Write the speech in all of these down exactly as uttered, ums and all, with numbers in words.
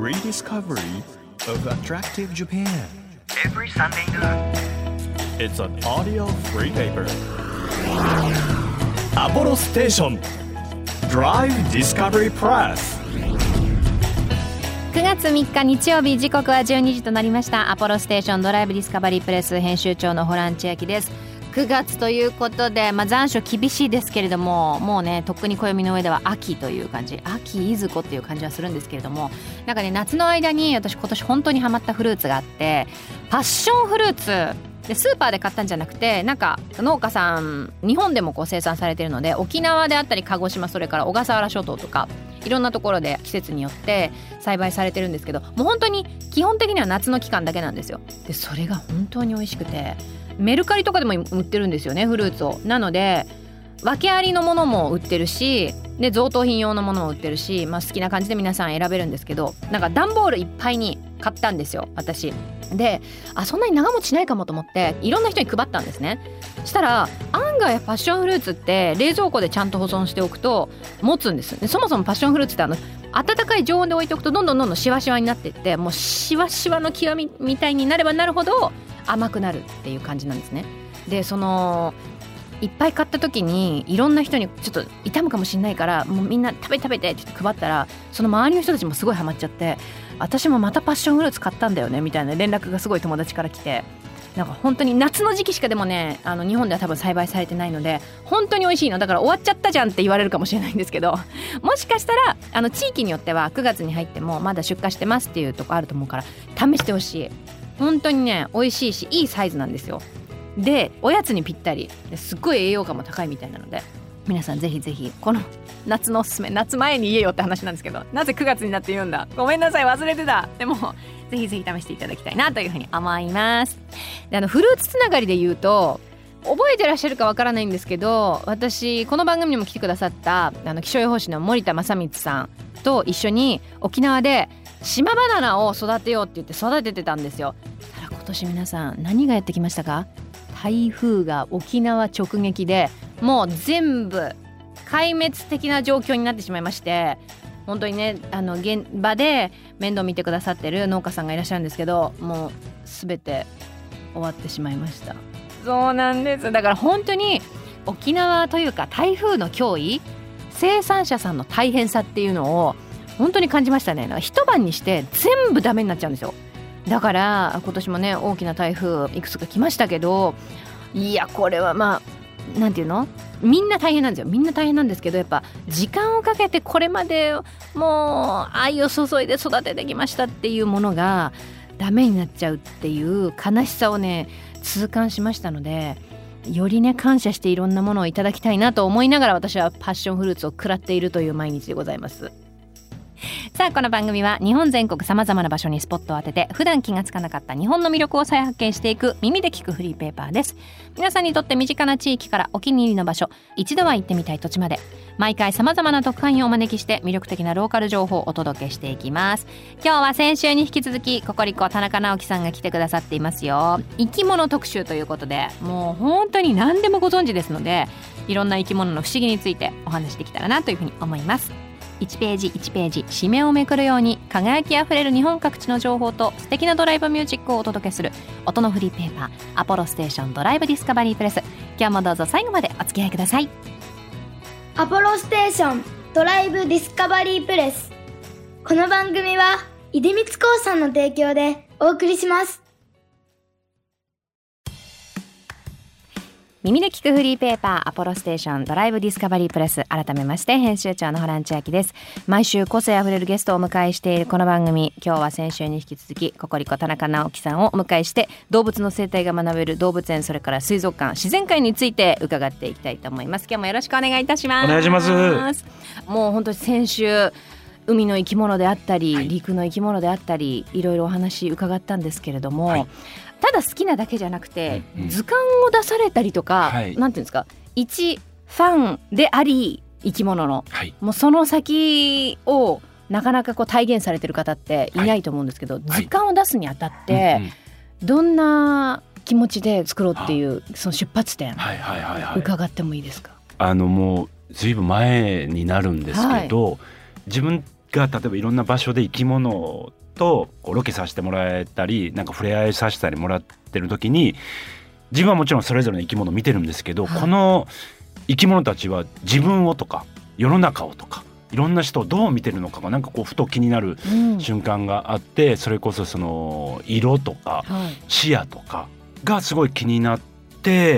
rediscovery of attractive Japan. Every Sunday noon. It's an audio free paper. Apollo Station Drive Discovery Press。 くがつみっか日曜日、時刻はじゅうにじとなりました。アポロステーションドライブディスカバリープレス編集長のホラン千秋です。くがつということで、まあ、残暑厳しいですけれども、もうねとっくに暦の上では秋という感じ、秋いずこっていう感じはするんですけれども、なんかね夏の間に私今年本当にハマったフルーツがあって、パッションフルーツでスーパーで買ったんじゃなくて、なんか農家さん日本でもこう生産されているので、沖縄であったり鹿児島、それから小笠原諸島とかいろんなところで季節によって栽培されてるんですけど、もう本当に基本的には夏の期間だけなんですよ。でそれが本当に美味しくて、メルカリとかでも売ってるんですよね、フルーツを。なので訳ありのものも売ってるし、で贈答品用のものも売ってるし、まあ、好きな感じで皆さん選べるんですけど、なんか段ボールいっぱいに買ったんですよ私で。あ、そんなに長持ちしないかもと思っていろんな人に配ったんですね。したら案外パッションフルーツって冷蔵庫でちゃんと保存しておくと持つんです。でそもそもパッションフルーツってあの温かい常温で置いておくとどんどんどんどんシワシワになっていって、もうシワシワの極みみたいになればなるほど甘くなるっていう感じなんですね。でそのいっぱい買った時にいろんな人にちょっと傷むかもしれないからもうみんな食べ食べてって言って配ったら、その周りの人たちもすごいハマっちゃって、私もまたパッションフルーツ買ったんだよねみたいな連絡がすごい友達から来て、なんか本当に夏の時期しかでもね、あの日本では多分栽培されてないので本当に美味しいのだから、終わっちゃったじゃんって言われるかもしれないんですけど、もしかしたらあの地域によってはくがつに入ってもまだ出荷してますっていうとこあると思うから試してほしい。本当にね美味しいしいいサイズなんですよ。でおやつにぴったりですっごい栄養価も高いみたいなので、皆さんぜひぜひこの夏のおすすめ、夏前に言えよって話なんですけど、なぜくがつになって言うんだ、ごめんなさい忘れてた。でもぜひぜひ試していただきたいなというふうに思います。であのフルーツつながりで言うと、覚えてらっしゃるかわからないんですけど、私この番組にも来てくださったあの気象予報士の森田正光さんと一緒に沖縄で島バナナを育てようって言って育ててたんですよ。ただ今年皆さん何がやってきましたか？台風が沖縄直撃でもう全部壊滅的な状況になってしまいまして、本当にねあの現場で面倒見てくださってる農家さんがいらっしゃるんですけど、もう全て終わってしまいました。そうなんです。だから本当に沖縄というか台風の脅威、生産者さんの大変さっていうのを本当に感じましたね。なんか一晩にして全部ダメになっちゃうんですよ。だから今年もね大きな台風いくつか来ましたけど、いやこれはまあなんていうの、みんな大変なんですよ。みんな大変なんですけど、やっぱ時間をかけてこれまでもう愛を注いで育ててきましたっていうものがダメになっちゃうっていう悲しさをね痛感しましたので、よりね感謝していろんなものをいただきたいなと思いながら、私はパッションフルーツを食らっているという毎日でございます。さあこの番組は日本全国さまざまな場所にスポットを当てて、普段気がつかなかった日本の魅力を再発見していく耳で聞くフリーペーパーです。皆さんにとって身近な地域からお気に入りの場所、一度は行ってみたい土地まで、毎回さまざまな特派員をお招きして魅力的なローカル情報をお届けしていきます。今日は先週に引き続きココリコ田中直樹さんが来てくださっていますよ。生き物特集ということで、もう本当に何でもご存知ですので、いろんな生き物の不思議についてお話できたらなというふうに思います。いちページいちページ紙面をめくるように輝きあふれる日本各地の情報と素敵なドライブミュージックをお届けする音のフリーペーパー、アポロステーションドライブディスカバリープレス。今日もどうぞ最後までお付き合いください。 アポロステーションドライブディスカバリープレス。この番組は出光興産の提供でお送りします。 耳で聞くフリーペーパー、アポロステーションドライブディスカバリープレス。改めまして編集長のホラン千秋です。毎週個性あふれるゲストをお迎えしているこの番組、今日は先週に引き続きココリコ田中直樹さんをお迎えして、動物の生態が学べる動物園、それから水族館、自然界について伺っていきたいと思います。今日もよろしくお願いいたします。 お願いします。 もう本当に先週海の生き物であったり、 はい、 陸の生き物であったり、いろいろお話伺ったんですけれども、はい、ただ好きなだけじゃなくて、うんうん、図鑑を出されたりとか、はい、なんていうんですか、一ファンであり生き物の、はい、もうその先をなかなかこう体現されてる方っていないと思うんですけど、はい、図鑑を出すにあたって、はい、どんな気持ちで作ろうっていうその出発点、はいはいはいはい、伺ってもいいですか？ あのもうずいぶん前になるんですけど、はい、自分が例えばいろんな場所で生き物とこうロケさせてもらえたりなんか触れ合いさせたりもらってる時に自分はもちろんそれぞれの生き物を見てるんですけど、はい、この生き物たちは自分をとか世の中をとかいろんな人をどう見てるのかがなんかこうふと気になる瞬間があって、うん、それこそその色とか視野とかがすごい気になって、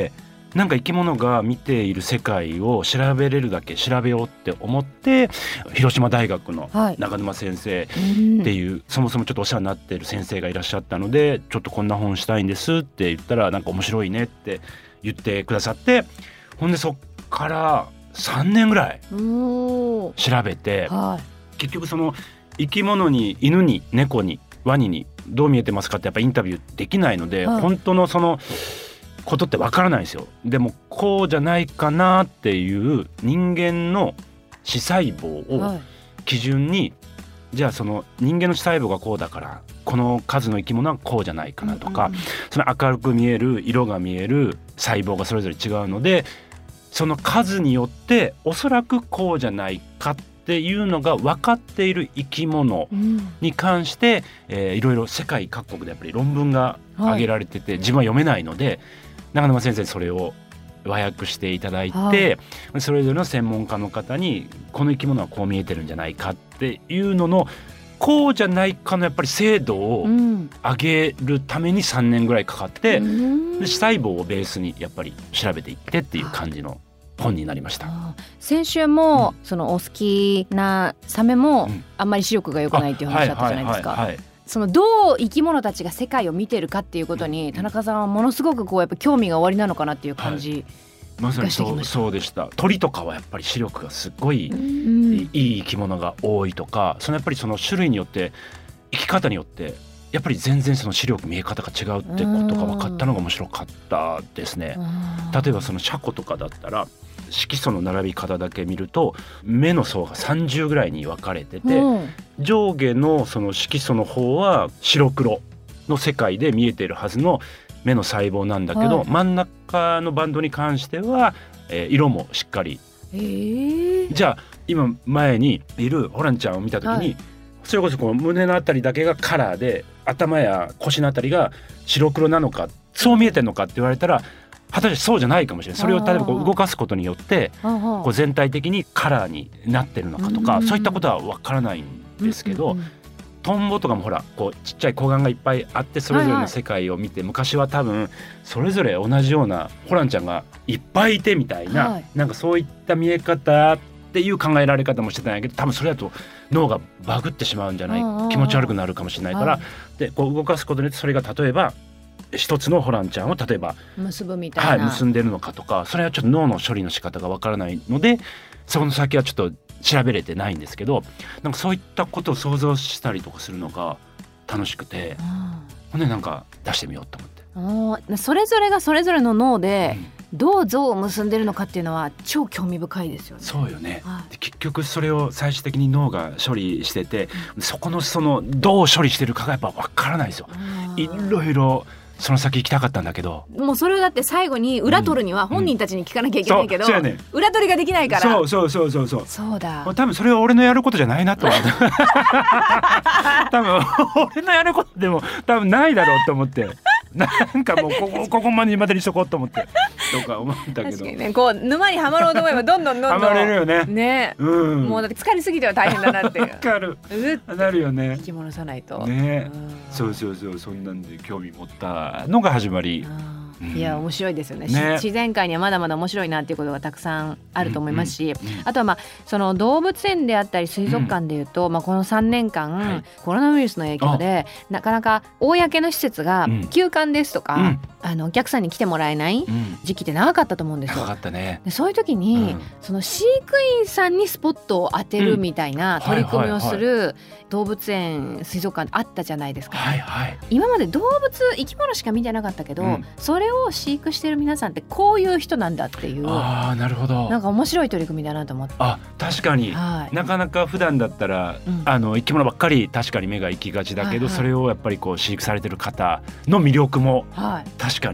なんか生き物が見ている世界を調べれるだけ調べようって思って広島大学の長沼先生っていう、はい、そもそもちょっとお世話になっている先生がいらっしゃったので、ちょっとこんな本したいんですって言ったらなんか面白いねって言ってくださって、ほんでそっからさんねんぐらい調べて、はい、結局その生き物に犬に猫にワニにどう見えてますかってやっぱインタビューできないので、はい、本当のそのことってわからないんですよ。でもこうじゃないかなっていう人間の視細胞を基準に、はい、じゃあその人間の視細胞がこうだからこの数の生き物はこうじゃないかなとか、うんうん、その明るく見える色が見える細胞がそれぞれ違うので、その数によっておそらくこうじゃないかっていうのが分かっている生き物に関して、うんえー、いろいろ世界各国でやっぱり論文が挙げられてて、はい、自分は読めないので長沼先生にそれを和訳していただいて、はい、それぞれの専門家の方にこの生き物はこう見えてるんじゃないかっていうののこうじゃないかのやっぱり精度を上げるためにさんねんぐらいかかって、うん、で視細胞をベースにやっぱり調べていってっていう感じの本になりました。 先週も、うん、そのお好きなサメもあんまり視力が良くないっていう話だったじゃないですか。そのどう生き物たちが世界を見てるかっていうことに田中さんはものすごくこうやっぱ興味がおありなのかなっていう感じ、はいまさにそうそうでした。鳥とかはやっぱり視力がすっごいいい生き物が多いとか、そのやっぱりその種類によって生き方によってやっぱり全然その視力見え方が違うってことが分かったのが面白かったですね。例えばそのシャコとかだったら色素の並び方だけ見ると目の層がさんじゅうぐらいに分かれてて、上下のその色素の方は白黒の世界で見えているはずの目の細胞なんだけど、はい、真ん中のバンドに関しては、えー、色もしっかり、えー、じゃあ今前にいるホランちゃんを見た時に、はい、それこそこの胸のあたりだけがカラーで頭や腰のあたりが白黒なのかそう見えてるのかって言われたら果たしてそうじゃないかもしれない。それを例えばこう動かすことによってこう全体的にカラーになってるのかとか、そういったことは分からないんですけど、うんうんうん、トンボとかもほらこうちっちゃい睾丸がいっぱいあってそれぞれの世界を見て、はいはい、昔は多分それぞれ同じようなホランちゃんがいっぱいいてみたいな、はい、なんかそういった見え方っていう考えられ方もしてたんやけど、多分それだと脳がバグってしまうんじゃない、気持ち悪くなるかもしれないから、はい、でこう動かすことによってそれが例えば一つのホランちゃんを例えば結ぶみたいな、 はい、結んでるのかとか、それはちょっと脳の処理の仕方がわからないのでそこの先はちょっと調べれてないんですけど、なんかそういったことを想像したりとかするのが楽しくて、ほんでなんか出してみようと思って。 あ、それぞれがそれぞれの脳でどう像を結んでるのかっていうのは超興味深いですよね。 そうよね、はい、で結局それを最終的に脳が処理してて、うん、そこのそのどう処理してるかがやっぱ分からないですよ。いろいろその先行きたかったんだけど、 もうそれをだって最後に裏取るには本人たちに聞かなきゃいけないけど、うんうんね、裏取りができないから。 そうそうそうそうそうそうだ、 多分それは俺のやることじゃないなと思って多分俺のやることでも多分ないだろうと思ってなんかもうここここまでまでにしとこうと思ってとか思ったけど、 確かにね、こう沼にはまろうと思えばどんどんどんどんはまれるよね。 ね、うん、もうだって疲れすぎては大変だなっていう。 わかる。なるよね。 引き戻さないと。 ね、そうそうそう、そんなんで興味持ったのが始まり。 いや面白いですよ ね, ね自然界にはまだまだ面白いなっていうことがたくさんあると思いますし、うんうんうん、あとはまあその動物園であったり水族館でいうと、うんまあ、このさんねんかん、はい、コロナウイルスの影響でなかなか公の施設が休館ですとか、うん、あのお客さんに来てもらえない時期って長かったと思うんですよ、うん、 長かったね。 でそういう時に、うん、その飼育員さんにスポットを当てるみたいな取り組みをする動物園水族館あったじゃないですか、 はいはい、 今まで動物生き物しか見てなかったけど、うん、それを飼育してる皆さんってこういう人なんだっていう、 あーなるほど、 なんか面白い取り組みだなと思って。 あ、確かに、はい、なかなか普段だったら、うん、あの生き物ばっかり確かに目が行きがちだけど、はいはい、それをやっぱりこう飼育されてる方の魅力も確かに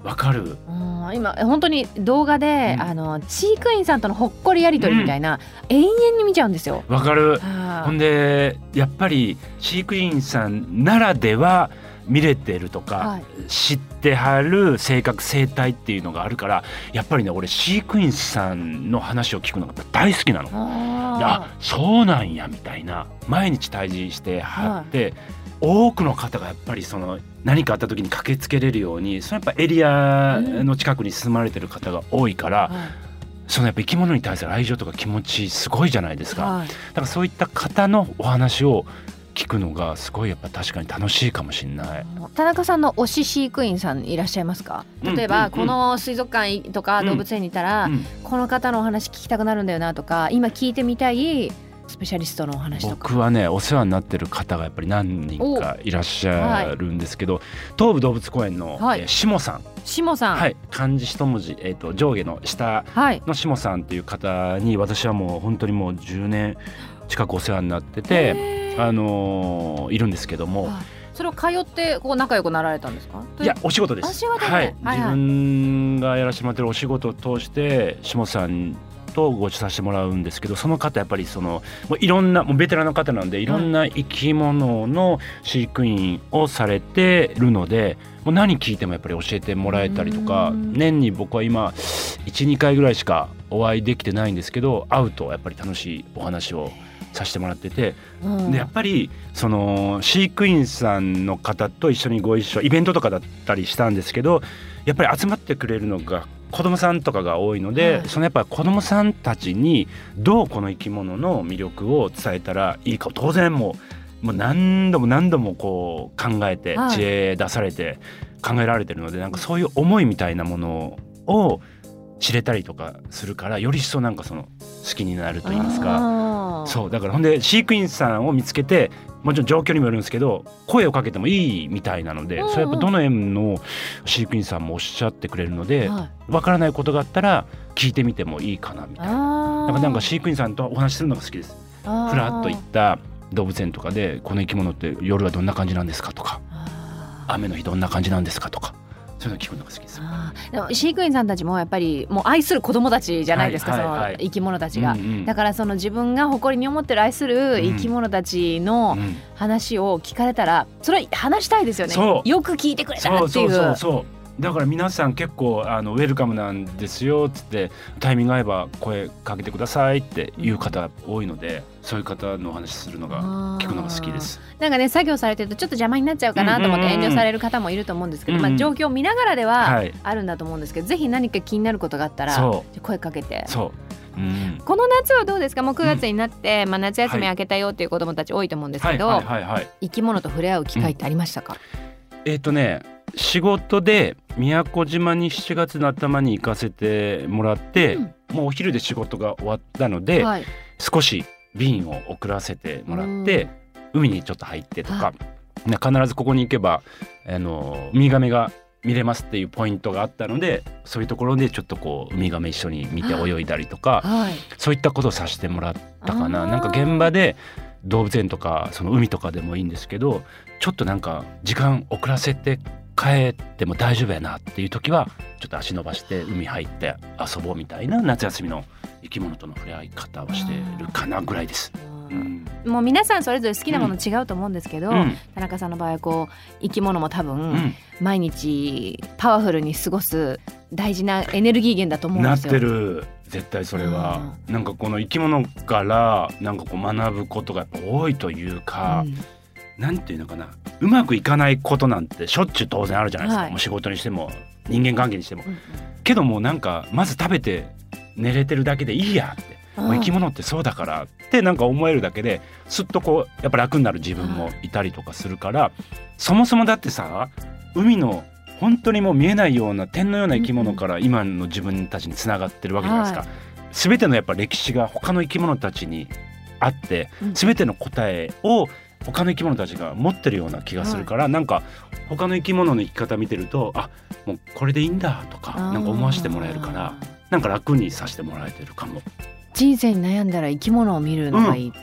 わかる。 うん今本当に動画で、 うん、 あの飼育員さんとのほっこりやり取りみたいな、うん、永遠に見ちゃうんですよ。 わかる。ほんでやっぱり飼育員さんならでは見れてるとか、はい、知ってはる性格生態っていうのがあるから、やっぱりね俺飼育員さんの話を聞くのが大好きなの。あ、そうなんやみたいな、毎日対峙してはって、はい、多くの方がやっぱりその何かあった時に駆けつけれるように、そのやっぱエリアの近くに住まれてる方が多いから、うん、そのやっぱ生き物に対する愛情とか気持ちすごいじゃないですか、はい、だからそういった方のお話を聞くのがすごいやっぱ確かに楽しいかもしれない。 田中さんの推し飼育員さんいらっしゃいますか？例えば、うんうんうん、この水族館とか動物園にいたら、うんうん、この方のお話聞きたくなるんだよなとか、今聞いてみたいスペシャリストのお話とか。 僕はねお世話になってる方がやっぱり何人かいらっしゃるんですけど、はい、東武動物公園の、はい、えー、下さん下さん、 はい、漢字一文字、えーと、上下の下の下さんっていう方に私はもう本当にもうじゅうねん近くお世話になってて、あのー、いるんですけども、はい、 それを通ってこう仲良くなられたんですか？ いやお仕事です。 お仕事で、 はい、自分がやらせてもらってるお仕事を通して下さんとご一緒させてもらうんですけど、その方やっぱりそのもういろんなもうベテランの方なんでいろんな生き物の飼育員をされてるので、もう何聞いてもやっぱり教えてもらえたりとか、年に僕は今 いちにかいぐらいしかお会いできてないんですけど、会うとやっぱり楽しいお話をさせてもらってて、でやっぱりその飼育員さんの方と一緒にご一緒イベントとかだったりしたんですけど、やっぱり集まってくれるのが子供さんとかが多いので、はい、そのやっぱり子供さんたちにどうこの生き物の魅力を伝えたらいいかを当然もう、もう何度も何度もこう考えて知恵出されて考えられてるので、なんかそういう思いみたいなものを知れたりとかするから、より一層なんかその好きになると言いますか、そうだからほんで飼育員さんを見つけて、もちろん状況にもよるんですけど声をかけてもいいみたいなので、それやっぱどの園の飼育員さんもおっしゃってくれるので、わからないことがあったら聞いてみてもいいかなみたいな。なんかなんか飼育員さんとお話しするのが好きです。ふらっと行った動物園とかでこの生き物って夜はどんな感じなんですかとか、雨の日どんな感じなんですかとか、そういうの聞くのが好きです。 あでも飼育員さんたちもやっぱりもう愛する子供たちじゃないですか、はいはいはい、その生き物たちが、うんうん、だからその自分が誇りに思ってる愛する生き物たちの話を聞かれたら、それ話したいですよね。よく聞いてくれたっていう。 そうそうそうそうだから皆さん結構あのウェルカムなんですよつって、タイミング合えば声かけてくださいっていう方多いので、そういう方のお話するのが聞くのが好きです。 なんかね作業されてるとちょっと邪魔になっちゃうかなと思って遠慮される方もいると思うんですけど、うんうんまあ、状況を見ながらではあるんだと思うんですけど、はい、ぜひ何か気になることがあったら声かけて。 そううん、 この夏はどうですか？もうくがつになって、うんまあ、夏休み明けたよっていう子どもたち多いと思うんですけど、はいはいはいはい、生き物と触れ合う機会ってありましたか？ うん、えっとね仕事で宮古島にしちがつの頭に行かせてもらって、うん、もうお昼で仕事が終わったので、はい、少し便を送らせてもらって海にちょっと入ってとか、必ずここに行けばあのウミガメが見れますっていうポイントがあったので、そういうところでちょっとこうウミガメ一緒に見て泳いだりとか、はい、そういったことをさせてもらったかな。なんか現場で動物園とかその海とかでもいいんですけど、ちょっとなんか時間遅らせて帰っても大丈夫やなっていう時はちょっと足伸ばして海入って遊ぼうみたいな夏休みの生き物との触れ合い方をしてるかなぐらいです。うん、 もう皆さんそれぞれ好きなもの違うと思うんですけど、うん、田中さんの場合はこう生き物も多分、うん、毎日パワフルに過ごす大事なエネルギー源だと思うんですよ。 なってる絶対それは、うん、なんかこの生き物からなんかこう学ぶことが多いというか、うんなんていうのかな、うまくいかないことなんてしょっちゅう当然あるじゃないですか、はい、もう仕事にしても人間関係にしても、うんうん、けどもなんかまず食べて寝れてるだけでいいやって、もう生き物ってそうだからってなんか思えるだけですっとこうやっぱ楽になる自分もいたりとかするから、そもそもだってさ海の本当にもう見えないような点のような生き物から今の自分たちにつながってるわけじゃないですか、はい、全てのやっぱ歴史が他の生き物たちにあって、全ての答えを他の生き物たちが持ってるような気がするから、はい、なんか他の生き物の生き方見てると、あもうこれでいいんだとかなんか思わせてもらえるから、なんか楽にさせてもらえてるかも。 人生に悩んだら生き物を見るのがいいっていう、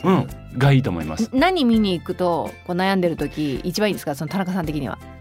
うんうん、がいいと思います。 何見に行くとこう悩んでる時一番いいですか？その田中さん的には。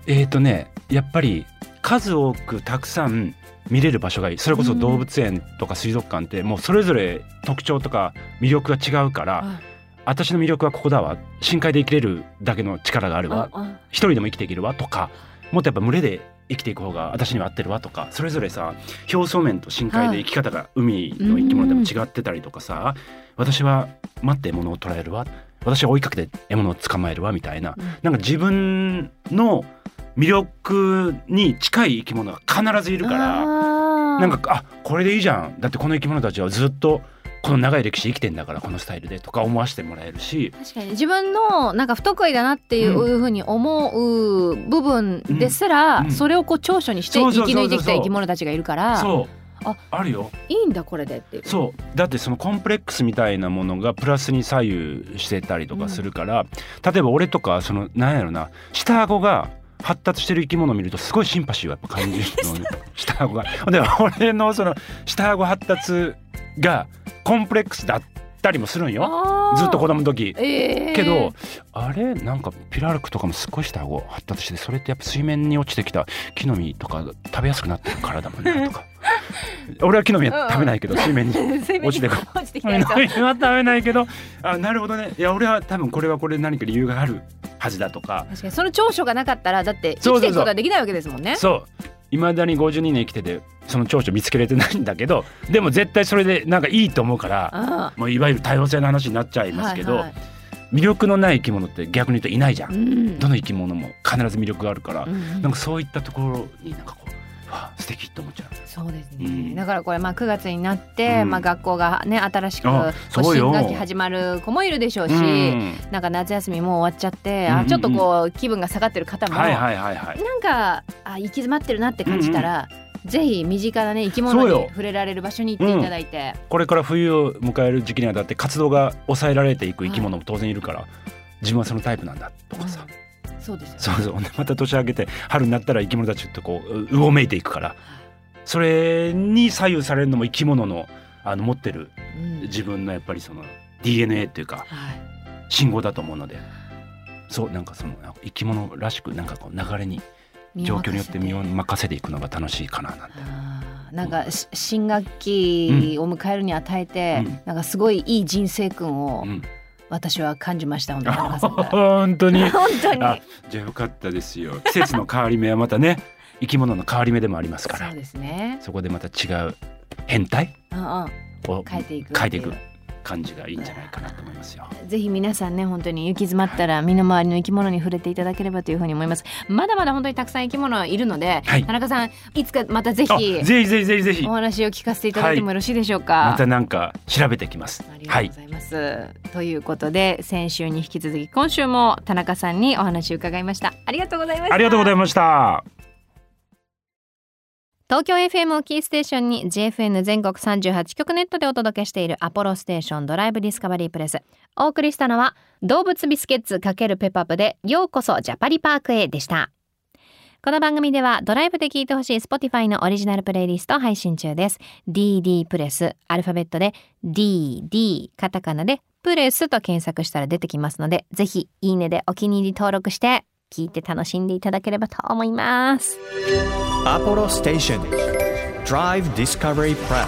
えーとねやっぱり数多くたくさん見れる場所がいい。それこそ動物園とか水族館ってもうそれぞれ特徴とか魅力が違うから、うん、私の魅力はここだわ、深海で生きれるだけの力があるわ、うん、一人でも生きていけるわとか、もっとやっぱ群れで生きていく方が私には合ってるわとか、それぞれさ表層面と深海で生き方が海の生き物でも違ってたりとかさ、私は待って獲物を捕らえるわ、私は追いかけて獲物を捕まえるわみたいな、うん、なんか自分の魅力に近い生き物が必ずいるから、なんかあこれでいいじゃん、だってこの生き物たちはずっとこの長い歴史生きてんだからこのスタイルでとか思わせてもらえるし、 確かに自分のなんか不得意だなっていうふうに思う部分ですら、うんうん、それをこう長所にして生き抜いてきた生き物たちがいるから、 そうあ, あるよ、 いいんだこれでっていう。 そうだってそのコンプレックスみたいなものがプラスに左右してたりとかするから、うん、例えば俺とかそのなんやろな、下顎が発達してる生き物を見るとすごいシンパシーをやっぱ感じるのね下顎が。で俺のその下顎発達がコンプレックスだったりもするんよ、ずっと子供の時、えー、けどあれなんかピラルクとかもすごい下顎発達して、それってやっぱ水面に落ちてきた木の実とか食べやすくなってるからだもんねとか俺は木の実は食べないけど、うん、水面に落ちてくる木の実は食べないけど、あなるほどね、いや俺は多分これはこれ何か理由があるはずだとか。 確かにその長所がなかったらだって生きていくことはできないわけですもんね。 そういまだにごじゅうにねん生きててその長所見つけれてないんだけど、でも絶対それでなんかいいと思うから、もういわゆる多様性の話になっちゃいますけど、はいはい、魅力のない生き物って逆に言うといないじゃん、うん、どの生き物も必ず魅力があるから、うん、なんかそういったところになんかこうわ素敵って思っちゃう。 そうですね、うん、だからこれまあくがつになって、うんまあ、学校がね新しく新学期始まる子もいるでしょうし、うん、なんか夏休みもう終わっちゃって、うんうんうん、あちょっとこう気分が下がってる方も、はいはいはいはい、なんかあ行き詰まってるなって感じたら、うんうん、ぜひ身近なね生き物に触れられる場所に行っていただいて、 うん、これから冬を迎える時期にはだって活動が抑えられていく生き物も当然いるから、はい、自分はそのタイプなんだとかさ、 うん、そうですよね、 そうそうまた年明けて春になったら生き物たちとこううごめいていくから、それに左右されるのも生き物のあの持ってる自分のやっぱりその ディーエヌエー っていうか信号だと思うので、そうなんかその生き物らしくなんかこう流れに状況によって身を任せていくのが楽しいかななんて。 なんか新学期を迎えるにあたえて、うん、なんかすごいいい人生訓を、うん私は感じました本当に本当に本当にあじゃあよかったですよ。季節の変わり目はまたね生き物の変わり目でもありますから、 そうですね、 そこでまた違う変態を変えていく変えていく感じがいいんじゃないかなと思いますよ。 ぜひ皆さんね本当に行き詰まったら身の回りの生き物に触れていただければというふうに思います。まだまだ本当にたくさん生き物いるので、はい、田中さんいつかまたぜひぜひぜひぜひぜひお話を聞かせていただいてもよろしいでしょうか、 はい、またなんか調べてきます。 ありがとうございます、はい、ということで先週に引き続き今週も田中さんにお話を伺いました。ありがとうございました。 ありがとうございました。 東京 エフエム をキーステーションに ジェイエフエヌ 全国さんじゅうはちきょくネットでお届けしているアポロステーションドライブディスカバリープレス。お送りしたのは動物ビスケッツ×ペパプでようこそジャパリパークへでした。この番組ではドライブで聴いてほしい Spotify のオリジナルプレイリストを配信中です。 ディーディー プレスアルファベットで ディーディー カタカナでプレスと検索したら出てきますので、ぜひいいねでお気に入り登録して聞いて楽しんでいただければと思います。 アポロステーション Drive Discovery Press。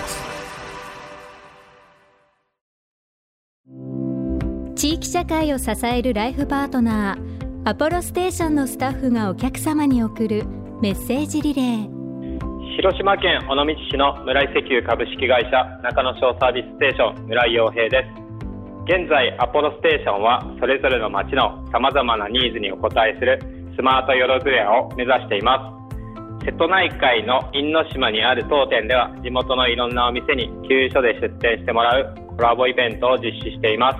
地域社会を支えるライフパートナーアポロステーションのスタッフがお客様に送るメッセージリレー。 広島県尾道市の村井石油株式会社中野小サービスステーション村井洋平です。現在アポロステーションはそれぞれの町のさまざまなニーズにお応えするスマートよろずやを目指しています。瀬戸内海の因島にある当店では地元のいろんなお店に給油所で出店してもらうコラボイベントを実施しています。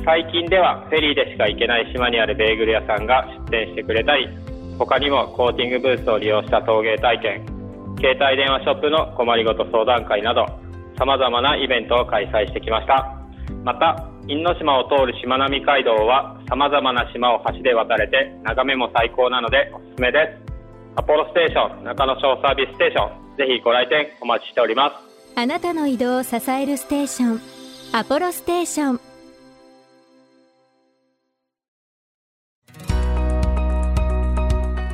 最近ではフェリーでしか行けない島にあるベーグル屋さんが出店してくれたり、他にもコーティングブースを利用した陶芸体験、携帯電話ショップの困りごと相談会などさまざまなイベントを開催してきました。また因島を通るしまなみ海道はさまざまな島を橋で渡れて眺めも最高なのでおすすめです。アポロステーション中野小サービスステーション、ぜひご来店お待ちしております。 あなたの移動を支えるステーションアポロステーション。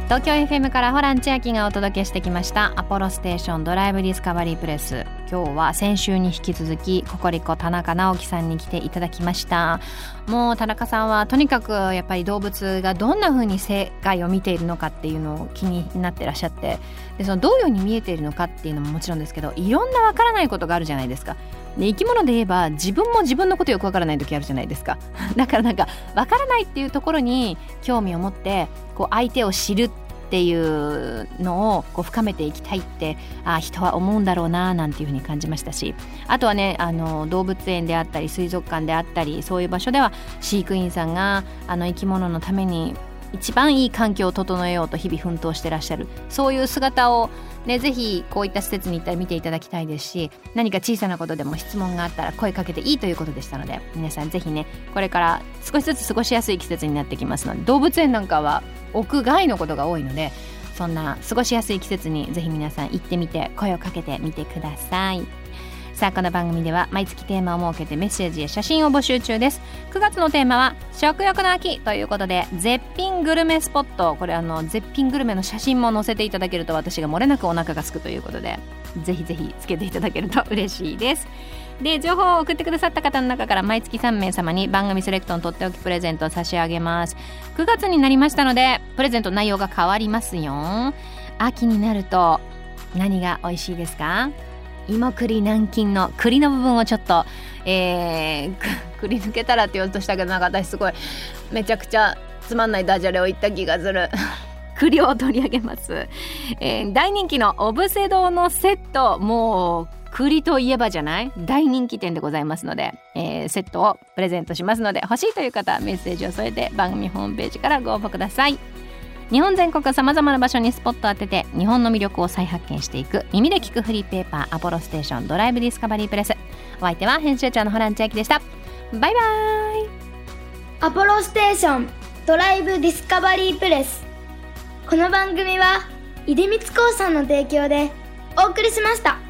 東京 エフエム からホラン千秋がお届けしてきましたアポロステーションドライブディスカバリープレス。今日は先週に引き続きココリコ田中直樹さんに来ていただきました。もう田中さんはとにかくやっぱり動物がどんな風に世界を見ているのかっていうのを気になってらっしゃって、でそのどういう風に見えているのかっていうのももちろんですけど、いろんなわからないことがあるじゃないですか。で生き物で言えば自分も自分のことよくわからない時あるじゃないですか。だからなんかわからないっていうところに興味を持ってこう相手を知るっていうのをこう深めていきたいってあ人は思うんだろうななんていうふうに感じましたし、あとはねあの動物園であったり水族館であったりそういう場所では飼育員さんがあの生き物のために一番いい環境を整えようと日々奮闘してらっしゃる、そういう姿をね、ぜひこういった施設に行ったら見ていただきたいですし、何か小さなことでも質問があったら声かけていいということでしたので、皆さんぜひねこれから少しずつ過ごしやすい季節になってきますので、動物園なんかは屋外のことが多いので、そんな過ごしやすい季節にぜひ皆さん行ってみて声をかけてみてください。さあこの番組では毎月テーマを設けてメッセージや写真を募集中です。くがつのテーマは食欲の秋ということで、絶品グルメスポット、これあの絶品グルメの写真も載せていただけると私が漏れなくお腹が空くということで、ぜひぜひつけていただけると嬉しいです。で情報を送ってくださった方の中から毎月さんめい様に番組セレクトのとっておきプレゼントを差し上げます。くがつになりましたのでプレゼント内容が変わりますよ。秋になると何が美味しいですか？芋栗南京の栗の部分をちょっと、えー、くり抜けたらって言おうとしたけど、なんか私すごいめちゃくちゃつまんないダジャレを言った気がする栗を取り上げます、えー、大人気のオブセドのセット、もう栗といえばじゃない大人気店でございますので、えー、セットをプレゼントしますので、欲しいという方はメッセージを添えて番組ホームページからご応募ください。日本全国さまざまな場所にスポットを当てて日本の魅力を再発見していく耳で聞くフリーペーパーアポロステーションドライブディスカバリープレス。お相手は編集長のホラン千秋でした。バイバイ。 アポロステーションドライブディスカバリープレス。この番組は出光興産の提供でお送りしました。